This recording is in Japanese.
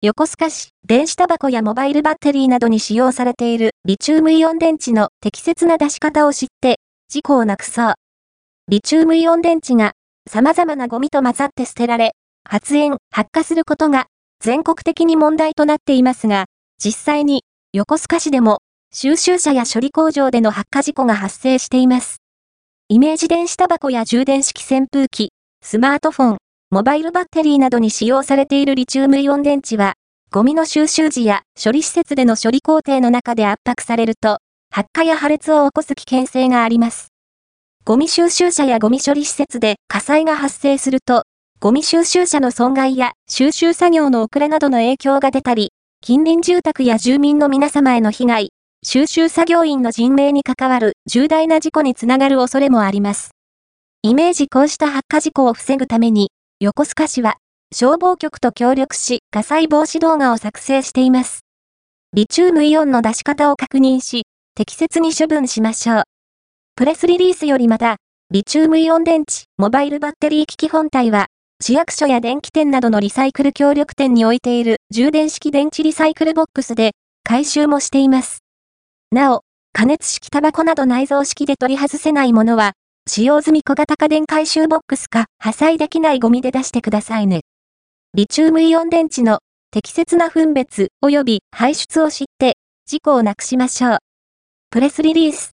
横須賀市、電子タバコやモバイルバッテリーなどに使用されているリチウムイオン電池の適切な出し方を知って、事故をなくそう。リチウムイオン電池が様々なゴミと混ざって捨てられ、発煙、発火することが全国的に問題となっていますが、実際に横須賀市でも収集車や処理工場での発火事故が発生しています。イメージ電子タバコや充電式扇風機、スマートフォン、モバイルバッテリーなどに使用されているリチウムイオン電池は、ゴミの収集時や処理施設での処理工程の中で圧迫されると、発火や破裂を起こす危険性があります。ゴミ収集車やゴミ処理施設で火災が発生すると、ゴミ収集車の損害や収集作業の遅れなどの影響が出たり、近隣住宅や住民の皆様への被害、収集作業員の人命に関わる重大な事故につながる恐れもあります。イメージこうした発火事故を防ぐために、横須賀市は消防局と協力し火災防止動画を作成しています。リチウムイオンの出し方を確認し、適切に処分しましょう。プレスリリースよりまた、リチウムイオン電池、モバイルバッテリー機器本体は、市役所や電気店などのリサイクル協力店に置いている充電式電池リサイクルボックスで回収もしています。なお、加熱式タバコなど内蔵式で取り外せないものは、使用済み小型家電回収ボックスか破砕できないゴミで出してくださいね。リチウムイオン電池の適切な分別及び排出を知って事故をなくしましょう。プレスリリース